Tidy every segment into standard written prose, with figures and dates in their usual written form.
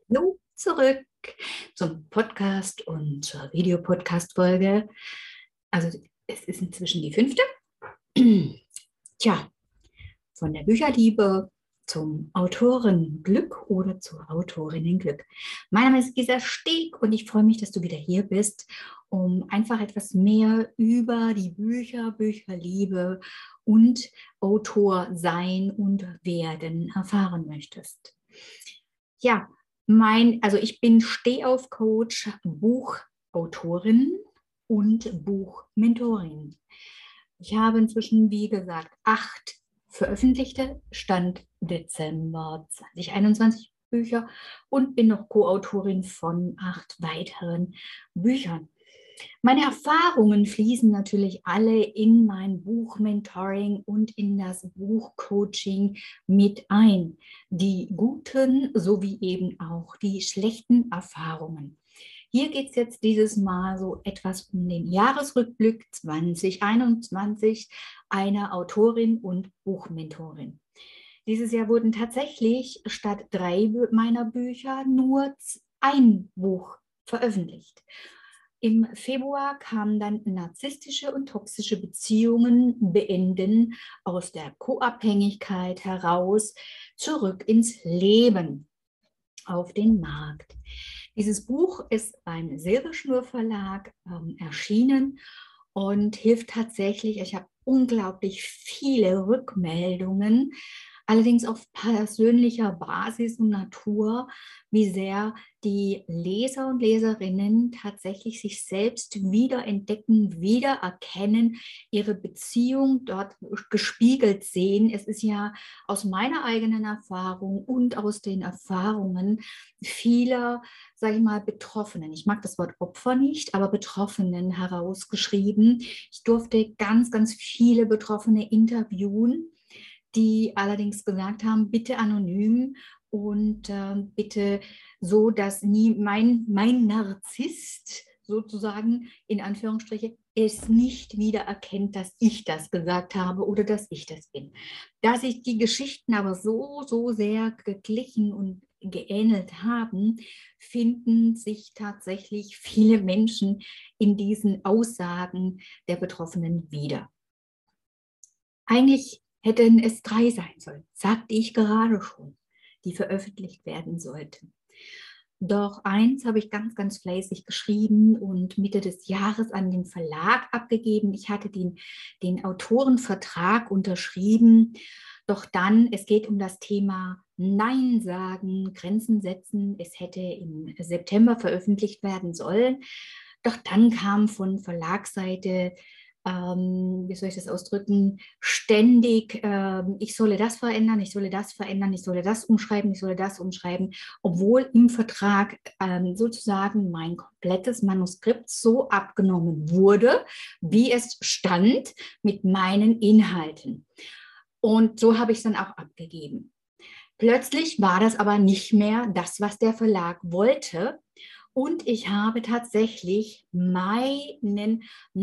Hallo zurück zum Podcast und zur Videopodcast-Folge. Also es ist inzwischen die 5. Tja, von der Bücherliebe zum Autorenglück oder zur Autorinnenglück. Mein Name ist Gisa Steg und ich freue mich, dass du wieder hier bist, um einfach etwas mehr über die Bücherliebe und Autor sein und werden erfahren möchtest. Ja, also ich bin Stehauf-Coach, Buchautorin und Buchmentorin. Ich habe inzwischen, wie gesagt, 8 veröffentlichte, Stand Dezember 2021 Bücher und bin noch Co-Autorin von 8 weiteren Büchern. Meine Erfahrungen fließen natürlich alle in mein Buchmentoring und in das Buchcoaching mit ein. Die guten sowie eben auch die schlechten Erfahrungen. Hier geht es jetzt dieses Mal so etwas um den Jahresrückblick 2021 einer Autorin und Buchmentorin. Dieses Jahr wurden tatsächlich statt 3 meiner Bücher nur ein Buch veröffentlicht. Im Februar kamen dann narzisstische und toxische Beziehungen beenden aus der Co-Abhängigkeit heraus zurück ins Leben auf den Markt. Dieses Buch ist beim Silberschnur Verlag erschienen und hilft tatsächlich. Ich habe unglaublich viele Rückmeldungen, allerdings auf persönlicher Basis und Natur, wie sehr die Leser und Leserinnen tatsächlich sich selbst wiederentdecken, wiedererkennen, ihre Beziehung dort gespiegelt sehen. Es ist ja aus meiner eigenen Erfahrung und aus den Erfahrungen vieler, sage ich mal, Betroffenen. Ich mag das Wort Opfer nicht, aber Betroffenen herausgeschrieben. Ich durfte ganz, ganz viele Betroffene interviewen, die allerdings gesagt haben, bitte anonym und bitte so, dass nie mein Narzisst sozusagen in Anführungsstriche es nicht wieder erkennt, dass ich das gesagt habe oder dass ich das bin. Da sich die Geschichten aber so sehr geglichen und geähnelt haben, finden sich tatsächlich viele Menschen in diesen Aussagen der Betroffenen wieder. Eigentlich hätten es 3 sein sollen, sagte ich gerade schon, die veröffentlicht werden sollten. Doch eins habe ich ganz, ganz fleißig geschrieben und Mitte des Jahres an den Verlag abgegeben. Ich hatte den Autorenvertrag unterschrieben. Doch dann, es geht um das Thema Nein sagen, Grenzen setzen. Es hätte im September veröffentlicht werden sollen. Doch dann kam von Verlagsseite, wie soll ich das ausdrücken, ständig, ich solle das verändern, ich solle das verändern, ich solle das umschreiben, ich solle das umschreiben, obwohl im Vertrag sozusagen mein komplettes Manuskript so abgenommen wurde, wie es stand mit meinen Inhalten. Und so habe ich es dann auch abgegeben. Plötzlich war das aber nicht mehr das, was der Verlag wollte. Und ich habe tatsächlich meinen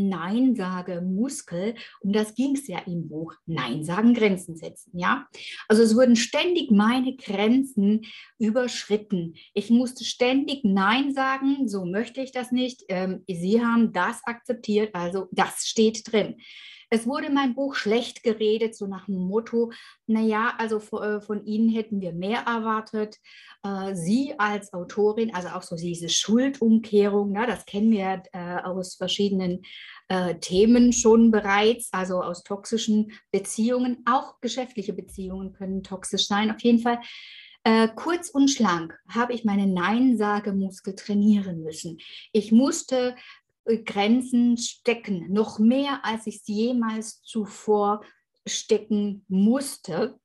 Nein-Sage-Muskel, um das ging es ja im Buch, Nein sagen, Grenzen setzen, ja. Also es wurden ständig meine Grenzen überschritten. Ich musste ständig Nein sagen, so möchte ich das nicht. Sie haben das akzeptiert, also das steht drin. Es wurde mein Buch schlecht geredet, so nach dem Motto, naja, also von Ihnen hätten wir mehr erwartet. Sie als Autorin, also auch so diese Schuldumkehrung, ne, das kennen wir aus verschiedenen Themen schon bereits, also aus toxischen Beziehungen. Auch geschäftliche Beziehungen können toxisch sein. Auf jeden Fall kurz und schlank habe ich meine Nein-Sage-Muskel trainieren müssen. Ich musste Grenzen stecken, noch mehr als ich es jemals zuvor stecken musste.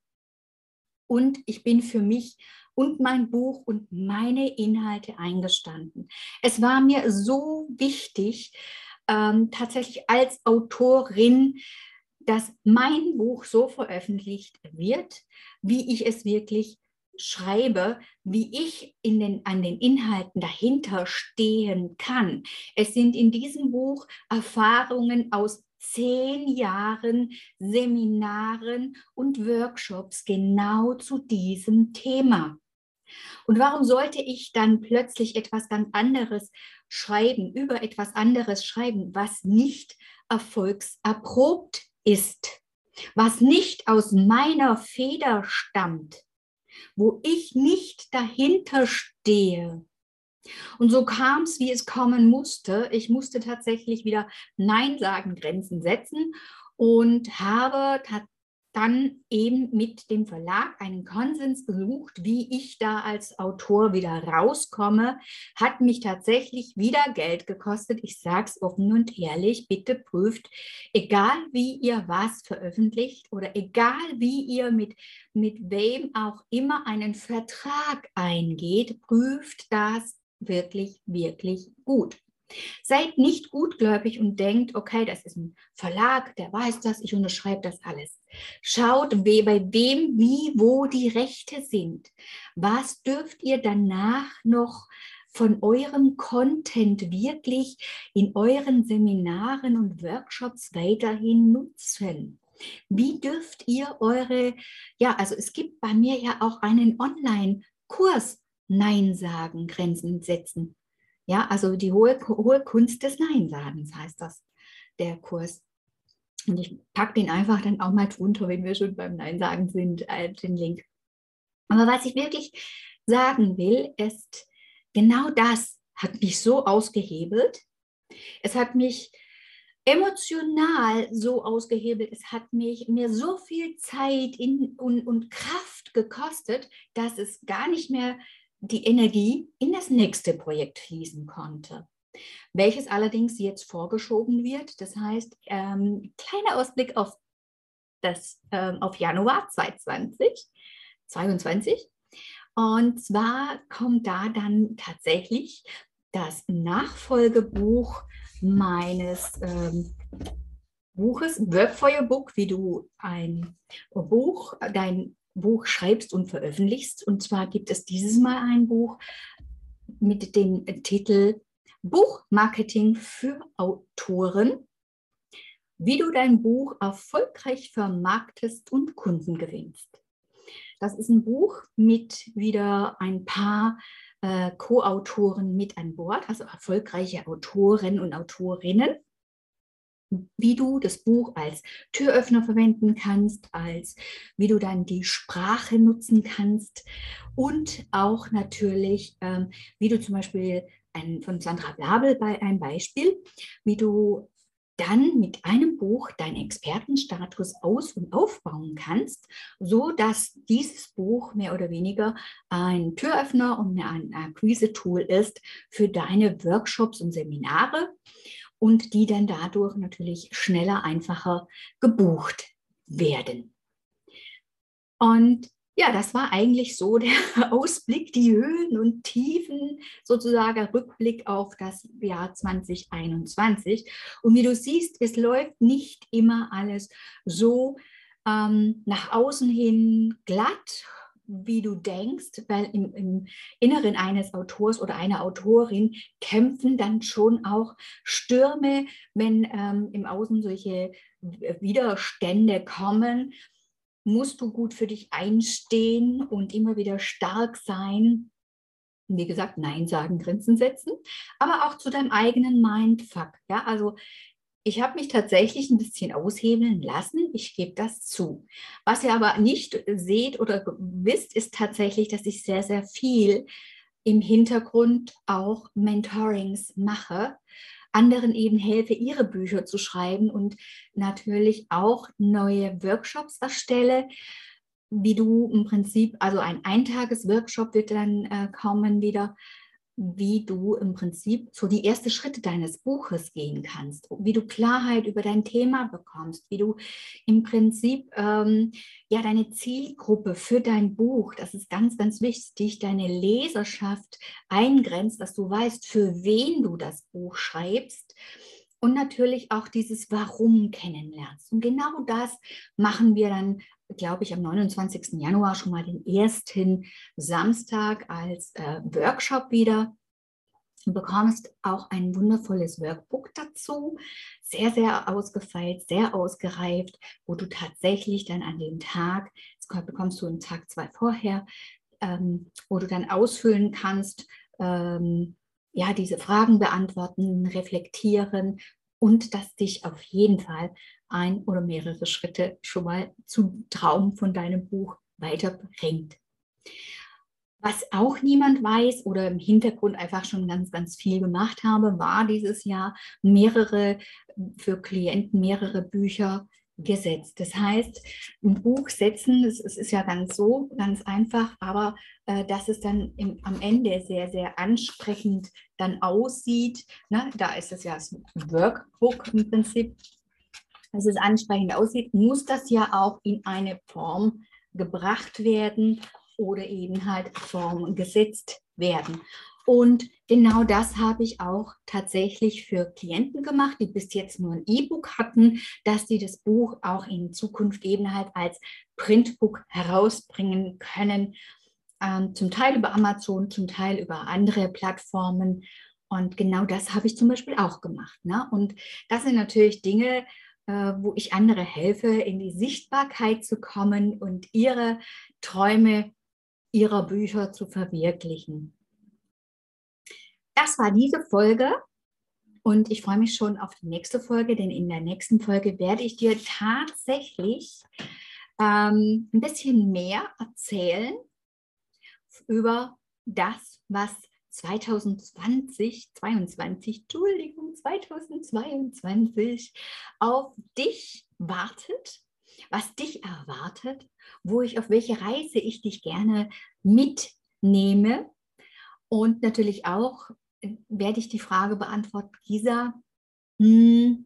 Und ich bin für mich und mein Buch und meine Inhalte eingestanden. Es war mir so wichtig, tatsächlich als Autorin, dass mein Buch so veröffentlicht wird, wie ich es wirklich schreibe, wie ich an den Inhalten dahinter stehen kann. Es sind in diesem Buch Erfahrungen aus 10 Jahren Seminaren und Workshops genau zu diesem Thema. Und warum sollte ich dann plötzlich etwas ganz anderes schreiben, über etwas anderes schreiben, was nicht erfolgserprobt ist, was nicht aus meiner Feder stammt, wo ich nicht dahinter stehe? Und so kam es, wie es kommen musste. Ich musste tatsächlich wieder Nein sagen, Grenzen setzen und habe dann eben mit dem Verlag einen Konsens gesucht, wie ich da als Autor wieder rauskomme. Hat mich tatsächlich wieder Geld gekostet. Ich sage es offen und ehrlich, bitte prüft, egal wie ihr was veröffentlicht oder egal wie ihr mit wem auch immer einen Vertrag eingeht, prüft das wirklich, wirklich gut. Seid nicht gutgläubig und denkt, okay, das ist ein Verlag, der weiß das, ich unterschreibe das alles. Schaut, bei wem, wie, wo die Rechte sind. Was dürft ihr danach noch von eurem Content wirklich in euren Seminaren und Workshops weiterhin nutzen? Wie dürft ihr also es gibt bei mir ja auch einen Online-Kurs, Nein sagen, Grenzen setzen. Ja, also die hohe Kunst des Nein-Sagens heißt das, der Kurs. Und ich packe den einfach dann auch mal drunter, wenn wir schon beim Nein-Sagen sind, den Link. Aber was ich wirklich sagen will, ist, genau das hat mich so ausgehebelt. Es hat mich emotional so ausgehebelt, es hat mir so viel Zeit und Kraft gekostet, dass es gar nicht mehr die Energie in das nächste Projekt fließen konnte, welches allerdings jetzt vorgeschoben wird. Das heißt, kleiner Ausblick auf Januar 2022. Und zwar kommt da dann tatsächlich das Nachfolgebuch meines Buches, Workfeuerbuch, wie du dein Buch schreibst und veröffentlichst. Und zwar gibt es dieses Mal ein Buch mit dem Titel Buchmarketing für Autoren, wie du dein Buch erfolgreich vermarktest und Kunden gewinnst. Das ist ein Buch mit wieder ein paar Co-Autoren mit an Bord, also erfolgreiche Autoren und Autorinnen, wie du das Buch als Türöffner verwenden kannst, wie du dann die Sprache nutzen kannst und auch natürlich, wie du zum Beispiel von Sandra Blabel ein Beispiel, wie du dann mit einem Buch deinen Expertenstatus aus- und aufbauen kannst, so dass dieses Buch mehr oder weniger ein Türöffner und ein Akquise-Tool ist für deine Workshops und Seminare und die dann dadurch natürlich schneller, einfacher gebucht werden. Und ja, das war eigentlich so der Ausblick, die Höhen und Tiefen, sozusagen Rückblick auf das Jahr 2021. Und wie du siehst, es läuft nicht immer alles so nach außen hin glatt, wie du denkst, weil im Inneren eines Autors oder einer Autorin kämpfen dann schon auch Stürme, wenn im Außen solche Widerstände kommen. Musst du gut für dich einstehen und immer wieder stark sein. Wie gesagt, Nein sagen, Grenzen setzen, aber auch zu deinem eigenen Mindfuck. Ja, also ich habe mich tatsächlich ein bisschen aushebeln lassen. Ich gebe das zu. Was ihr aber nicht seht oder wisst, ist tatsächlich, dass ich sehr, sehr viel im Hintergrund auch Mentorings mache, anderen eben helfe, ihre Bücher zu schreiben und natürlich auch neue Workshops erstelle, wie du im Prinzip, also ein Eintages-Workshop wird dann kommen wieder, wie du im Prinzip so die ersten Schritte deines Buches gehen kannst, wie du Klarheit über dein Thema bekommst, wie du im Prinzip ja deine Zielgruppe für dein Buch, das ist ganz, ganz wichtig, deine Leserschaft eingrenzt, dass du weißt, für wen du das Buch schreibst und natürlich auch dieses Warum kennenlernst. Und genau das machen wir dann, glaube ich, am 29. Januar schon mal den ersten Samstag als Workshop wieder. Du bekommst auch ein wundervolles Workbook dazu, sehr, sehr ausgefeilt, sehr ausgereift, wo du tatsächlich dann an dem Tag, das bekommst du einen Tag, zwei vorher, wo du dann ausfüllen kannst, ja, diese Fragen beantworten, reflektieren und das dich auf jeden Fall ein oder mehrere Schritte schon mal zum Traum von deinem Buch weiterbringt. Was auch niemand weiß oder im Hintergrund einfach schon ganz, ganz viel gemacht habe, war dieses Jahr für Klienten mehrere Bücher gesetzt. Das heißt, ein Buch setzen, es ist ja ganz einfach, aber dass es dann am Ende sehr, sehr ansprechend dann aussieht. Ne? Da ist es ja das Workbook im Prinzip. Dass es ansprechend aussieht, muss das ja auch in eine Form gebracht werden oder eben halt Form gesetzt werden. Und genau das habe ich auch tatsächlich für Klienten gemacht, die bis jetzt nur ein E-Book hatten, dass sie das Buch auch in Zukunft eben halt als Printbook herausbringen können. Zum Teil über Amazon, zum Teil über andere Plattformen. Und genau das habe ich zum Beispiel auch gemacht. Ne? Und das sind natürlich Dinge, wo ich andere helfe, in die Sichtbarkeit zu kommen und ihre Träume ihrer Bücher zu verwirklichen. Das war diese Folge und ich freue mich schon auf die nächste Folge, denn in der nächsten Folge werde ich dir tatsächlich ein bisschen mehr erzählen über das, was 2022 auf dich wartet, was dich erwartet, auf welche Reise ich dich gerne mitnehme. Und natürlich auch werde ich die Frage beantworten, Gisa, wie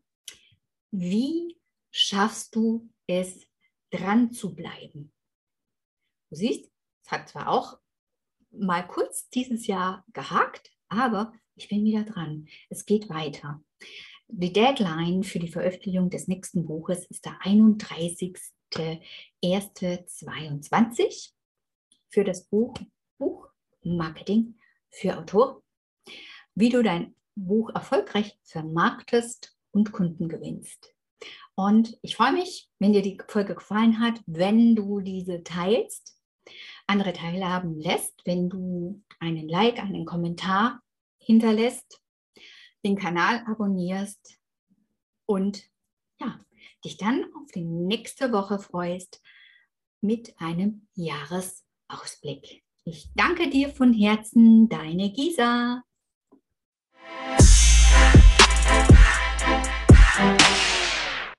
schaffst du es, dran zu bleiben? Du siehst, es hat zwar auch mal kurz dieses Jahr gehakt, aber ich bin wieder dran. Es geht weiter. Die Deadline für die Veröffentlichung des nächsten Buches ist der 31.01.2022 für das Buch Marketing für Autoren, wie du dein Buch erfolgreich vermarktest und Kunden gewinnst. Und ich freue mich, wenn dir die Folge gefallen hat, wenn du diese teilst, andere teilhaben lässt, wenn du einen Like, einen Kommentar hinterlässt, den Kanal abonnierst und ja, dich dann auf die nächste Woche freust mit einem Jahresausblick. Ich danke dir von Herzen, deine Gisa.